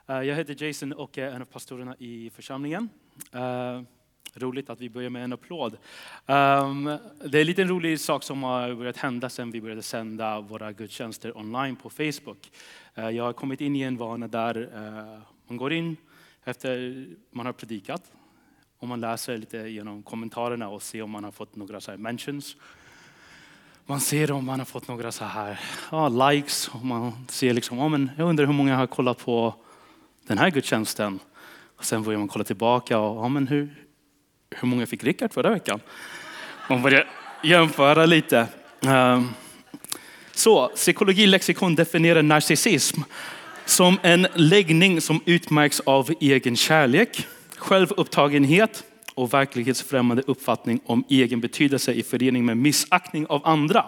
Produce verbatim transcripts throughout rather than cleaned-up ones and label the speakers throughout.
Speaker 1: Jag heter Jason och är en av pastorerna i församlingen. Uh, roligt att vi börjar med en applåd. Um, det är en liten rolig sak som har börjat hända sedan vi började sända våra gudstjänster online på Facebook. Uh, jag har kommit in i en vana där uh, man går in efter man har predikat. Och man läser lite genom kommentarerna och ser om man har fått några så här mentions. Man ser om man har fått några så här ja, likes. Och man ser liksom, oh, men jag undrar hur många har kollat på den här gudstjänsten. Och sen börjar man kolla tillbaka. Och, ja, men hur, hur många fick Rickard förra veckan? Man börjar jämföra lite. Um, så, psykologilexikon definierar narcissism som en läggning som utmärks av egen kärlek, självupptagenhet och verklighetsfrämmande uppfattning om egen betydelse i förening med missaktning av andra.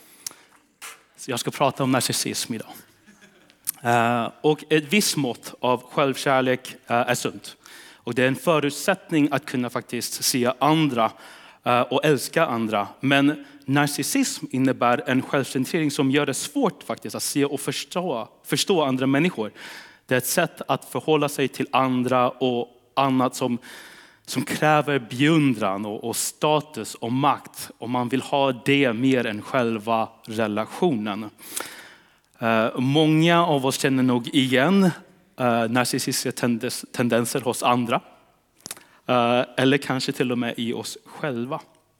Speaker 1: Så jag ska prata om narcissism idag. Uh, och ett visst mått av självkärlek uh, är sunt. Och det är en förutsättning att kunna faktiskt se andra uh, och älska andra. Men narcissism innebär en självcentrering som gör det svårt faktiskt att se och förstå, förstå andra människor. Det är ett sätt att förhålla sig till andra och annat som, som kräver beundran och, och status och makt. Och man vill ha det mer än själva relationen. Uh, många av oss känner nog igen uh, narcissistiska tendens, tendenser hos andra. Uh, eller kanske till och med i oss själva.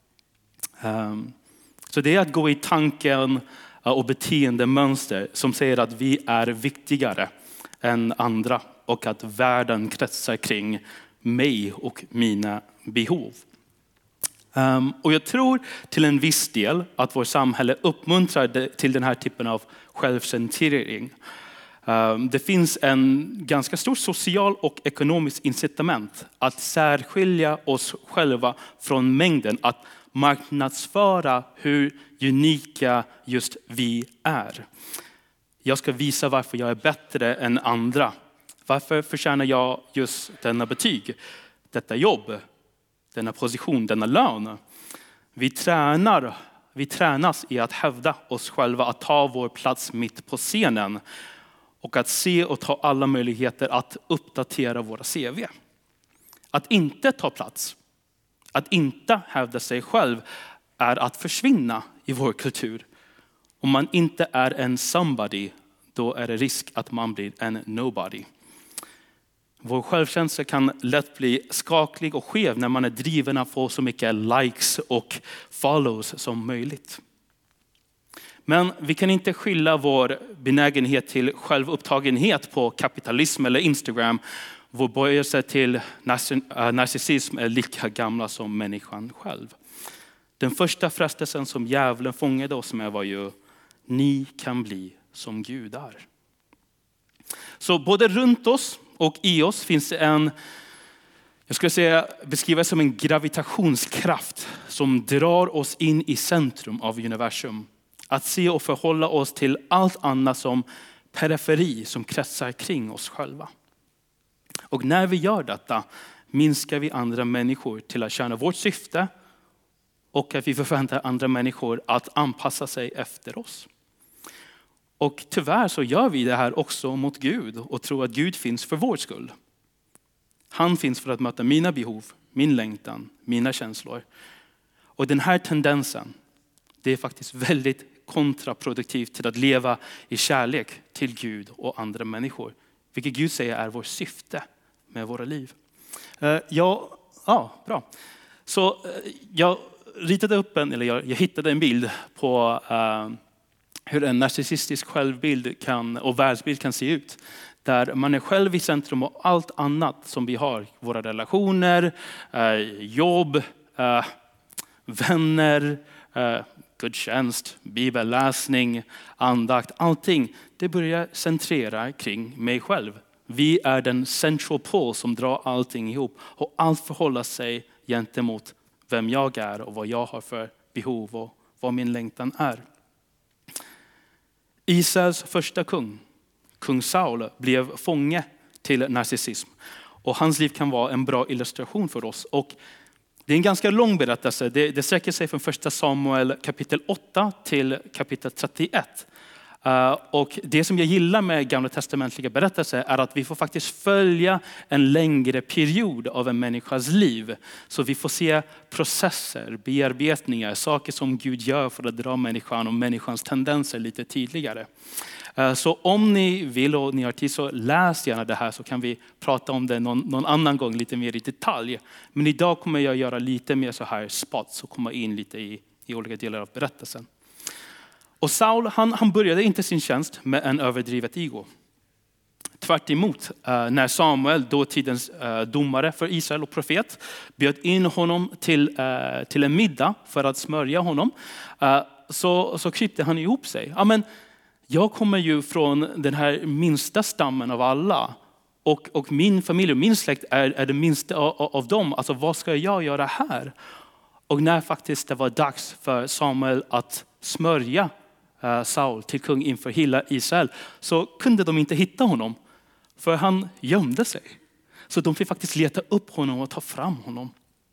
Speaker 1: Um, så det är att gå i tanken uh, och beteendemönster som säger att vi är viktigare än andra. Och att världen kretsar kring mig och mina behov. Um, och jag tror till en viss del att vårt samhälle uppmuntrar det, till den här typen av självcentrering. Um, det finns en ganska stor social och ekonomisk incitament att särskilja oss själva från mängden. Att marknadsföra hur unika just vi är. Jag ska visa varför jag är bättre än andra. Varför förtjänar jag just denna betyg, detta jobb, denna position, denna lön? Vi tränar, vi tränas i att hävda oss själva, att ta vår plats mitt på scenen. Och att se och ta alla möjligheter att uppdatera våra C V. Att inte ta plats, att inte hävda sig själv är att försvinna i vår kultur. Om man inte är en somebody, då är det risk att man blir en nobody. Vår självkänsla kan lätt bli skaklig och skev när man är driven att få så mycket likes och follows som möjligt. Men vi kan inte skylla vår benägenhet till självupptagenhet på kapitalism eller Instagram. Vår böjelse till narcissism är lika gamla som människan själv. Den första frestelsen som djävulen fångade oss med var ju, ni kan bli som gudar. Så både runt oss och i oss finns en, jag skulle säga, beskriva som en gravitationskraft som drar oss in i centrum av universum. Att se och förhålla oss till allt annat som periferi som kretsar kring oss själva. Och när vi gör detta minskar vi andra människor till att tjäna vårt syfte och att vi förväntar andra människor att anpassa sig efter oss. Och tyvärr så gör vi det här också mot Gud och tror att Gud finns för vår skull. Han finns för att möta mina behov, min längtan, mina känslor. Och den här tendensen, det är faktiskt väldigt kontraproduktivt till att leva i kärlek till Gud och andra människor. Vilket Gud säger är vårt syfte med våra liv. Uh, ja, ja, bra. Så uh, jag ritade upp en, eller jag, jag hittade en bild på uh, hur en narcissistisk självbild kan, och världsbild kan se ut. Där man är själv i centrum och allt annat som vi har. Våra relationer, uh, jobb, uh, vänner, uh, gudstjänst, bibelläsning, andakt. Allting, det börjar centrera kring mig själv. Vi är den central pole som drar allting ihop. Och allt förhåller sig gentemot vem jag är och vad jag har för behov och vad min längtan är. Israels första kung, kung Saul, blev fånge till narcissism. Och hans liv kan vara en bra illustration för oss. Och det är en ganska lång berättelse. Det, det sträcker sig från första Samuel kapitel åtta till kapitel trettioett. Uh, och det som jag gillar med gamla testamentliga berättelser är att vi får faktiskt följa en längre period av en människas liv. Så vi får se processer, bearbetningar, saker som Gud gör för att dra människan och människans tendenser lite tydligare. Uh, så om ni vill och ni har tid så läs gärna det här, så kan vi prata om det någon, någon annan gång lite mer i detalj. Men idag kommer jag göra lite mer så här spots och komma in lite i, i olika delar av berättelsen. Och Saul, han, han började inte sin tjänst med en överdrivet ego. Tvärt emot, uh, när Samuel, dåtidens uh, domare för Israel och profet, bjöd in honom till, uh, till en middag för att smörja honom, uh, så, så krypte han ihop sig. Ja, men jag kommer ju från den här minsta stammen av alla. Och, och min familj och min släkt är, är det minsta av, av dem. Alltså vad ska jag göra här? Och när faktiskt det var dags för Samuel att smörja Saul till kung inför hela Israel, så kunde de inte hitta honom. För han gömde sig. Så de fick faktiskt leta upp honom och ta fram honom.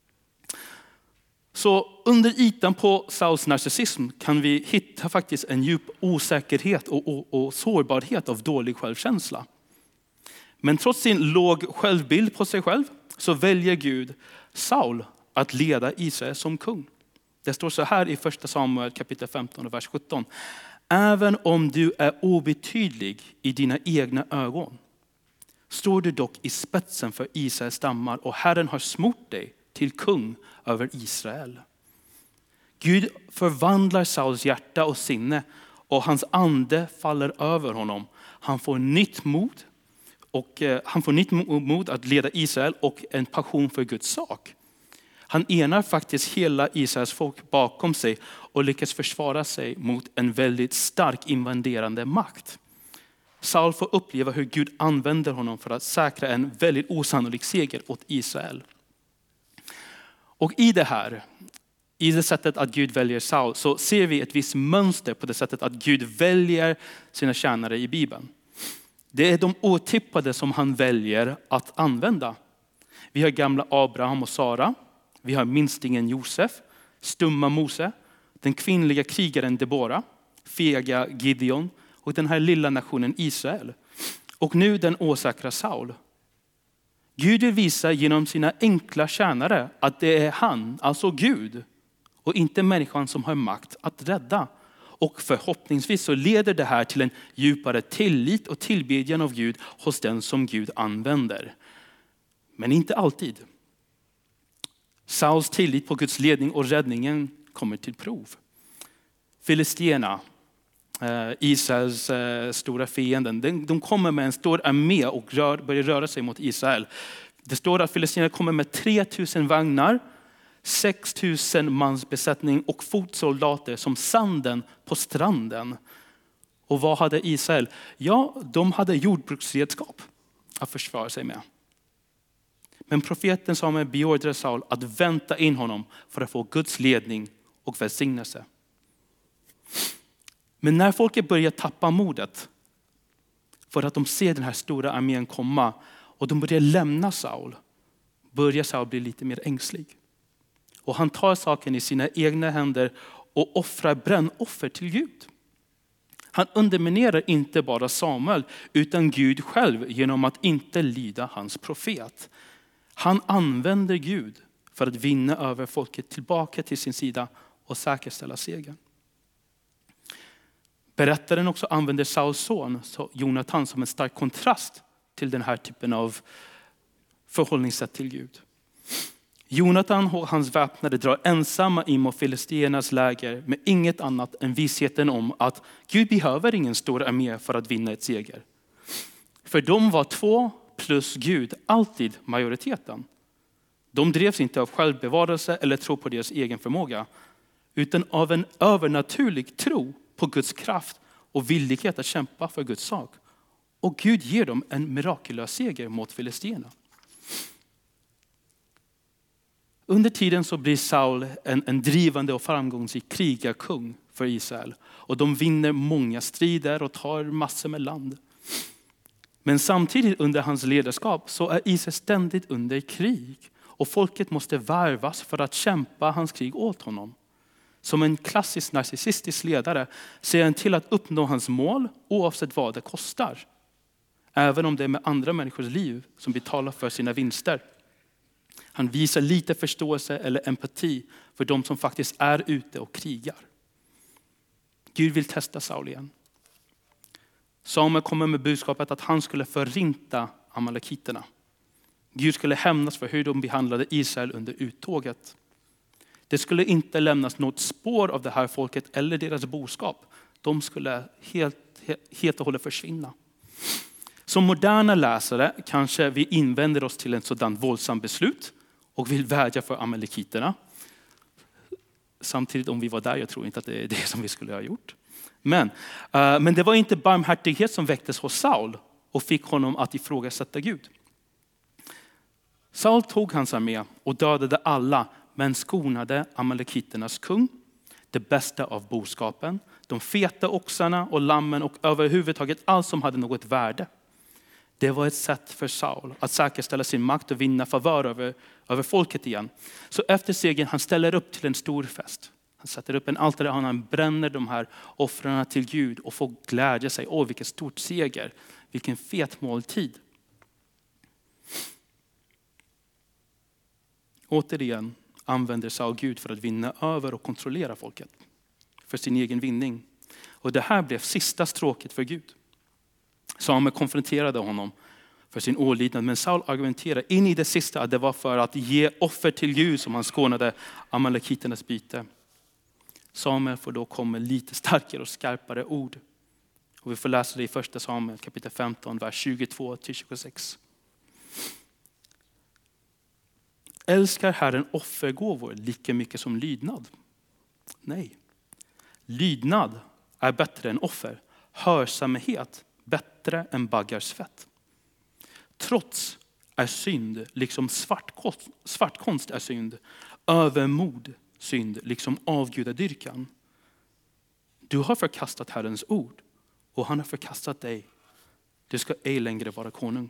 Speaker 1: Så under ytan på Sauls narcissism kan vi hitta faktiskt en djup osäkerhet och, och, och sårbarhet av dålig självkänsla. Men trots sin låg självbild på sig själv så väljer Gud Saul att leda Israel som kung. Det står så här i första Samuel kapitel femton och vers sjutton. Även om du är obetydlig i dina egna ögon, står du dock i spetsen för Israels stammar och Herren har smort dig till kung över Israel. Gud förvandlar Sauls hjärta och sinne och hans ande faller över honom. Han får nytt mod och han får nytt mod att leda Israel och en passion för Guds sak. Han enar faktiskt hela Israels folk bakom sig och lyckas försvara sig mot en väldigt stark invaderande makt. Saul får uppleva hur Gud använder honom för att säkra en väldigt osannolik seger åt Israel. Och i det här, i det sättet att Gud väljer Saul, så ser vi ett visst mönster på det sättet att Gud väljer sina tjänare i Bibeln. Det är de otippade som han väljer att använda. Vi har gamla Abraham och Sara. Vi har minstingen Josef, stumma Mose, den kvinnliga krigaren Debora, fega Gideon och den här lilla nationen Israel. Och nu den osäkra Saul. Gud vill visa genom sina enkla tjänare att det är han, alltså Gud, och inte människan som har makt att rädda. Och förhoppningsvis så leder det här till en djupare tillit och tillbedjan av Gud hos den som Gud använder. Men inte alltid. Sauls tillit på Guds ledning och räddningen kommer till prov. Filisterna, Israels stora fienden, de kommer med en stor armé och rör, börjar röra sig mot Israel. Det står att filisterna kommer med tre tusen vagnar, sex tusen mans besättning och fotsoldater som sanden på stranden. Och vad hade Israel? Ja, de hade jordbruksredskap att försvara sig med. Men profeten Samuel beordrade Saul att vänta in honom för att få Guds ledning och välsignelse. Men när folket börjar tappa modet för att de ser den här stora armén komma och de börjar lämna Saul, börjar Saul bli lite mer ängslig. Och han tar saken i sina egna händer och offrar brännoffer till Gud. Han underminerar inte bara Samuel utan Gud själv genom att inte lyda hans profet. Han använder Gud för att vinna över folket tillbaka till sin sida och säkerställa segern. Berättaren också använder Sauls son Jonatan som en stark kontrast till den här typen av förhållningssätt till Gud. Jonatan och hans väpnade drar ensamma in mot filisternas läger med inget annat än vissheten om att Gud behöver ingen stor armé för att vinna ett seger. För de var två plus Gud alltid majoriteten. De drevs inte av självbevarelse eller tro på deras egen förmåga, utan av en övernaturlig tro på Guds kraft och villighet att kämpa för Guds sak. Och Gud ger dem en mirakulös seger mot filisterna. Under tiden så blir Saul en, en drivande och framgångsrik krigarkung för Israel. Och de vinner många strider och tar massor med land. Men samtidigt under hans ledarskap så är Israel ständigt under krig. Och folket måste värvas för att kämpa hans krig åt honom. Som en klassisk narcissistisk ledare ser han till att uppnå hans mål oavsett vad det kostar. Även om det är med andra människors liv som betalar för sina vinster. Han visar lite förståelse eller empati för de som faktiskt är ute och krigar. Gud vill testa Saul igen. Samuel kommer med budskapet att han skulle förinta amalekiterna. Gud skulle hämnas för hur de behandlade Israel under uttåget. Det skulle inte lämnas något spår av det här folket eller deras boskap. De skulle helt, helt och hållet försvinna. Som moderna läsare kanske vi invänder oss till en sådan våldsam beslut och vill vädja för amalekiterna. Samtidigt om vi var där, jag tror inte att det är det som vi skulle ha gjort. Men, uh, men det var inte barmhärtighet som väcktes hos Saul och fick honom att ifrågasätta Gud. Saul tog hans armé och dödade alla, men skonade amalekiternas kung, det bästa av boskapen, de feta oxarna och lammen och överhuvudtaget allt som hade något värde. Det var ett sätt för Saul att säkerställa sin makt och vinna favör över, över folket igen. Så efter segern han ställer upp till en stor fest. Han sätter upp en altare och han bränner de här offren till Gud och får glädja sig. Åh, vilken stort seger, vilken fet måltid. Återigen använder Saul Gud för att vinna över och kontrollera folket. För sin egen vinning. Och det här blev sista stråket för Gud. Samuel konfronterade honom för sin olydnad. Men Saul argumenterade in i det sista att det var för att ge offer till Gud som han skånade amalekiternas byte. Samuel får då komma med lite starkare och skarpare ord. Och vi får läsa det i första Samuel kapitel femton, vers tjugotvå till tjugosex. Älskar Herren offergåvor lika mycket som lydnad? Nej. Lydnad är bättre än offer. Hörsamhet bättre än baggarsfett. Trots är synd liksom svartkonst, svartkonst är synd. Övermod synd liksom avgudadyrkan. Du har förkastat Herrens ord och han har förkastat dig. Du ska ej längre vara konung.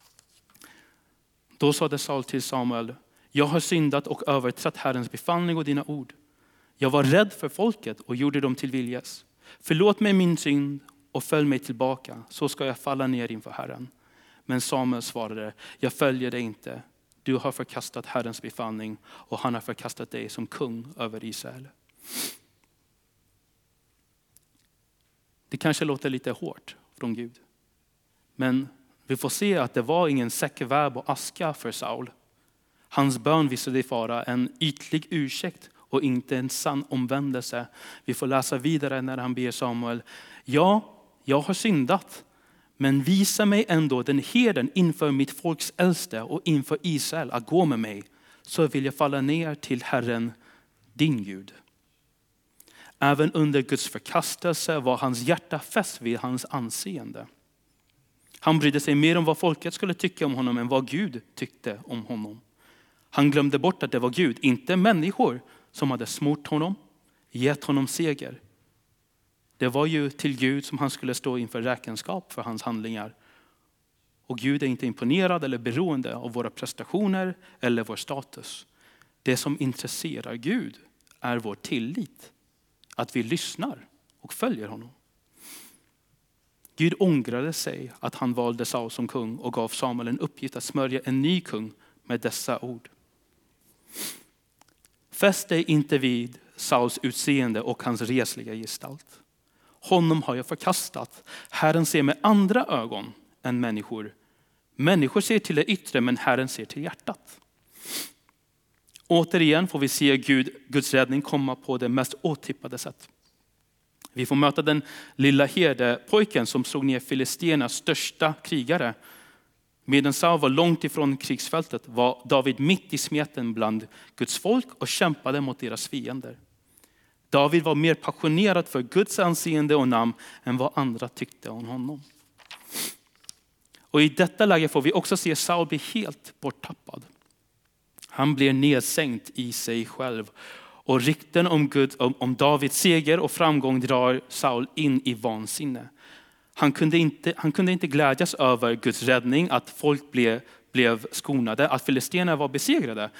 Speaker 1: Då sade Saul till Samuel: jag har syndat och överträtt Herrens befallning och dina ord. Jag var rädd för folket och gjorde dem till viljes. Förlåt mig min synd och följ mig tillbaka, så ska jag falla ner inför Herren. Men Samuel svarade: jag följer dig inte. Du har förkastat Herrens befallning och han har förkastat dig som kung över Israel. Det kanske låter lite hårt från Gud. Men vi får se att det var ingen säckväv och aska för Saul. Hans bön visade vara en ytlig ursäkt och inte en sann omvändelse. Vi får läsa vidare när han ber Samuel: ja, jag har syndat, men visa mig ändå den herden inför mitt folks äldste och inför Israel att gå med mig, så vill jag falla ner till Herren, din Gud. Även under Guds förkastelse var hans hjärta fäst vid hans anseende. Han brydde sig mer om vad folket skulle tycka om honom än vad Gud tyckte om honom. Han glömde bort att det var Gud, inte människor, som hade smort honom, gett honom seger. Det var ju till Gud som han skulle stå inför räkenskap för hans handlingar. Och Gud är inte imponerad eller beroende av våra prestationer eller vår status. Det som intresserar Gud är vår tillit. Att vi lyssnar och följer honom. Gud ångrade sig att han valde Saul som kung och gav Samuel en uppgift att smörja en ny kung med dessa ord. Fäst dig inte vid Sauls utseende och hans resliga gestalt. Honom har jag förkastat. Herren ser med andra ögon än människor. Människor ser till det yttre, men Herren ser till hjärtat. Återigen får vi se Gud, Guds räddning komma på det mest otippade sätt. Vi får möta den lilla herdepojken som slog ner filisternas största krigare. Medan Saul var långt ifrån krigsfältet var David mitt i smeten bland Guds folk och kämpade mot deras fiender. David var mer passionerad för Guds anseende och namn än vad andra tyckte om honom. Och i detta läge får vi också se Saul bli helt borttappad. Han blir nedsänkt i sig själv. Och rykten om, Gud, om, om Davids seger och framgång drar Saul in i vansinne. Han kunde inte, han kunde inte glädjas över Guds räddning, att folk blev, blev skonade, att filisterna var besegrade.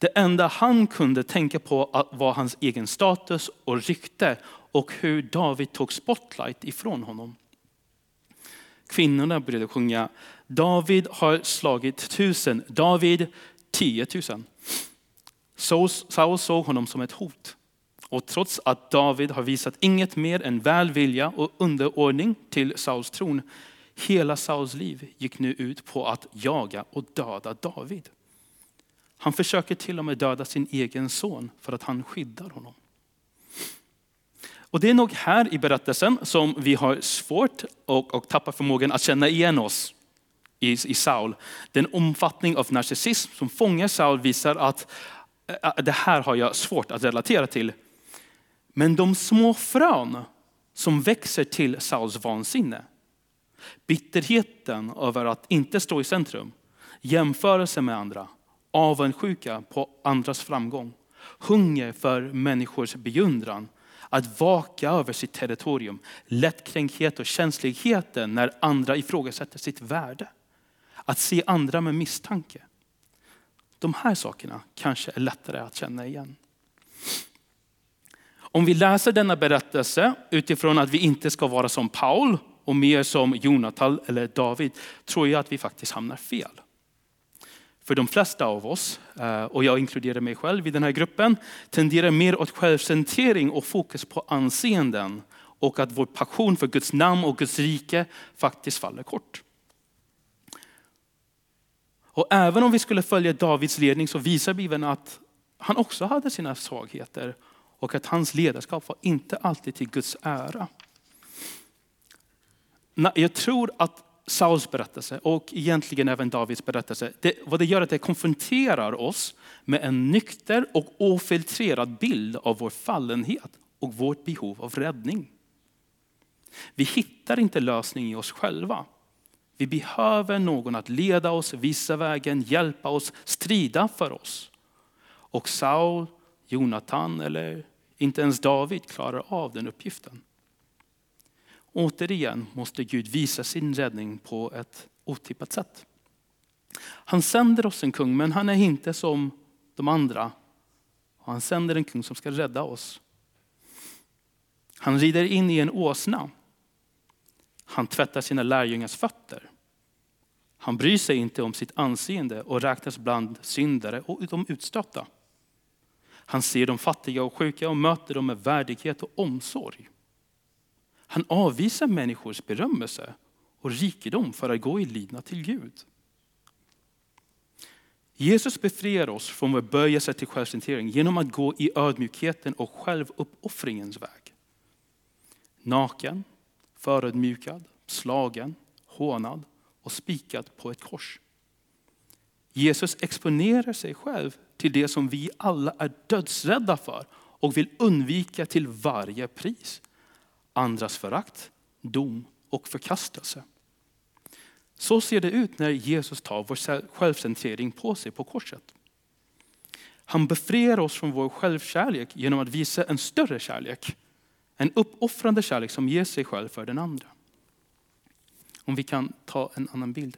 Speaker 1: Det enda han kunde tänka på var hans egen status och rykte och hur David tog spotlight ifrån honom. Kvinnorna började sjunga: David har slagit tusen, David tiotusen. Saul såg honom som ett hot. Och trots att David har visat inget mer än välvilja och underordning till Sauls tron, hela Sauls liv gick nu ut på att jaga och döda David. Han försöker till och med döda sin egen son för att han skyddar honom. Och det är nog här i berättelsen som vi har svårt och, och tappar förmågan att känna igen oss i, i Saul. Den omfattning av narcissism som fångar Saul visar att äh, det här har jag svårt att relatera till. Men de små frön som växer till Sauls vansinne, bitterheten över att inte stå i centrum, jämförelse med andra, avundsjuka på andras framgång, hunger för människors beundran, att vaka över sitt territorium, lättkränkthet och känsligheten när andra ifrågasätter sitt värde, att se andra med misstanke. De här sakerna kanske är lättare att känna igen. Om vi läser denna berättelse utifrån att vi inte ska vara som Paul och mer som Jonatan eller David, tror jag att vi faktiskt hamnar fel. För de flesta av oss, och jag inkluderar mig själv i den här gruppen, tenderar mer åt självcentrering och fokus på anseenden och att vår passion för Guds namn och Guds rike faktiskt faller kort. Och även om vi skulle följa Davids ledning så visar Bibeln att han också hade sina svagheter och att hans ledarskap var inte alltid till Guds ära. Jag tror att Sauls berättelse och egentligen även Davids berättelse, det, vad det gör är att det konfronterar oss med en nykter och ofiltrerad bild av vår fallenhet och vårt behov av räddning. Vi hittar inte lösning i oss själva. Vi behöver någon att leda oss, visa vägen, hjälpa oss, strida för oss. Och Saul, Jonatan eller inte ens David klarar av den uppgiften. Återigen måste Gud visa sin räddning på ett otippat sätt. Han sänder oss en kung, men han är inte som de andra. Han sänder en kung som ska rädda oss. Han rider in i en åsna. Han tvättar sina lärjungars fötter. Han bryr sig inte om sitt anseende och räknas bland syndare och de utstötta. Han ser de fattiga och sjuka och möter dem med värdighet och omsorg. Han avvisar människors berömmelse och rikedom för att gå i lydnad till Gud. Jesus befriar oss från vår böjelse till självcentrering genom att gå i ödmjukheten och självuppoffringens väg. Naken, förödmjukad, slagen, hånad och spikad på ett kors. Jesus exponerar sig själv till det som vi alla är dödsrädda för och vill undvika till varje pris. Andras förakt, dom och förkastelse. Så ser det ut när Jesus tar vår självcentrering på sig på korset. Han befriar oss från vår självkärlek genom att visa en större kärlek. En uppoffrande kärlek som ger sig själv för den andra. Om vi kan ta en annan bild.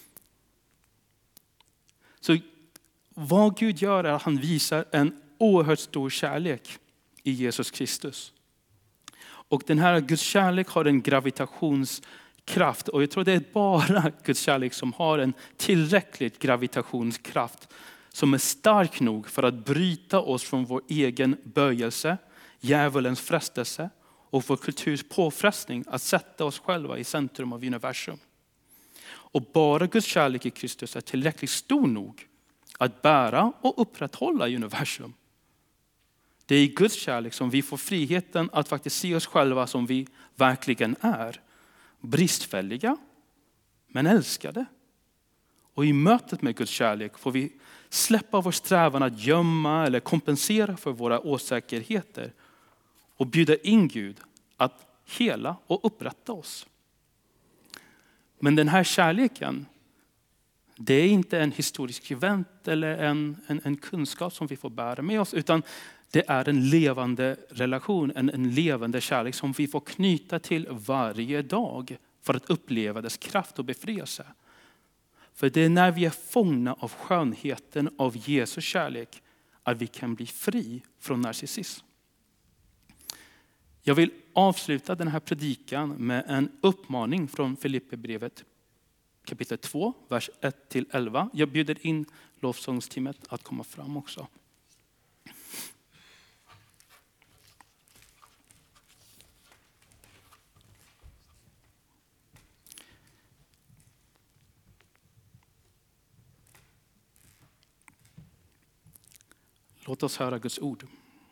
Speaker 1: Så vad Gud gör är att han visar en oerhört stor kärlek i Jesus Kristus. Och den här Guds kärlek har en gravitationskraft. Och jag tror det är bara Guds kärlek som har en tillräcklig gravitationskraft. Som är stark nog för att bryta oss från vår egen böjelse, djävulens frestelse och vår kulturs påfrestning att sätta oss själva i centrum av universum. Och bara Guds kärlek i Kristus är tillräckligt stor nog att bära och upprätthålla universum. Det är i Guds kärlek som vi får friheten att faktiskt se oss själva som vi verkligen är. Bristfälliga, men älskade. Och i mötet med Guds kärlek får vi släppa vår strävan att gömma eller kompensera för våra osäkerheter. Och bjuda in Gud att hela och upprätta oss. Men den här kärleken, det är inte en historisk event eller en, en, en kunskap som vi får bära med oss. Utan det är en levande relation, en, en levande kärlek som vi får knyta till varje dag. För att uppleva dess kraft och befrielse. För det är när vi är fångna av skönheten av Jesu kärlek att vi kan bli fri från narcissism. Jag vill avsluta den här predikan med en uppmaning från Filipperbrevet kapitel två, vers ett till elva. Jag bjuder in lovsångsteamet att komma fram också. Låt oss höra Guds ord.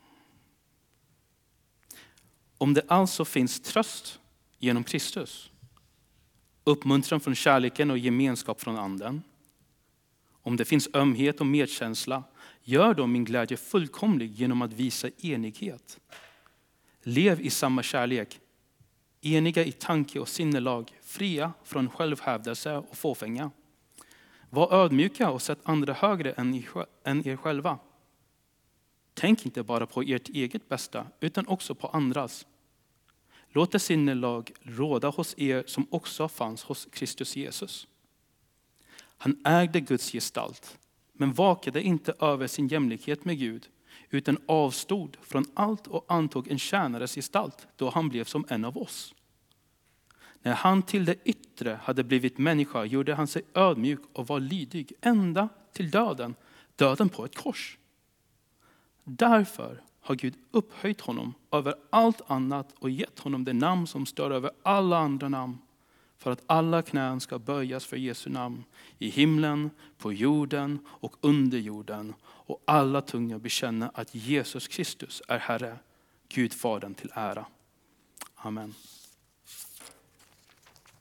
Speaker 1: Om det alltså finns tröst genom Kristus, uppmuntran från kärleken och gemenskap från anden, om det finns ömhet och medkänsla, gör då min glädje fullkomlig genom att visa enighet. Lev i samma kärlek, eniga i tanke och sinnelag, fria från självhävdelse och fåfänga. Var ödmjuka och sätt andra högre än er själva. Tänk inte bara på ert eget bästa, utan också på andras. Låt det sinnelag råda hos er som också fanns hos Kristus Jesus. Han ägde Guds gestalt, men vakade inte över sin jämlikhet med Gud, utan avstod från allt och antog en tjänares gestalt då han blev som en av oss. När han till det yttre hade blivit människa gjorde han sig ödmjuk och var lydig ända till döden, döden på ett kors. Därför har Gud upphöjt honom över allt annat och gett honom det namn som står över alla andra namn, för att alla knän ska böjas för Jesu namn i himlen, på jorden och under jorden, och alla tungor bekänna att Jesus Kristus är Herre, Gud Fadern till ära. Amen.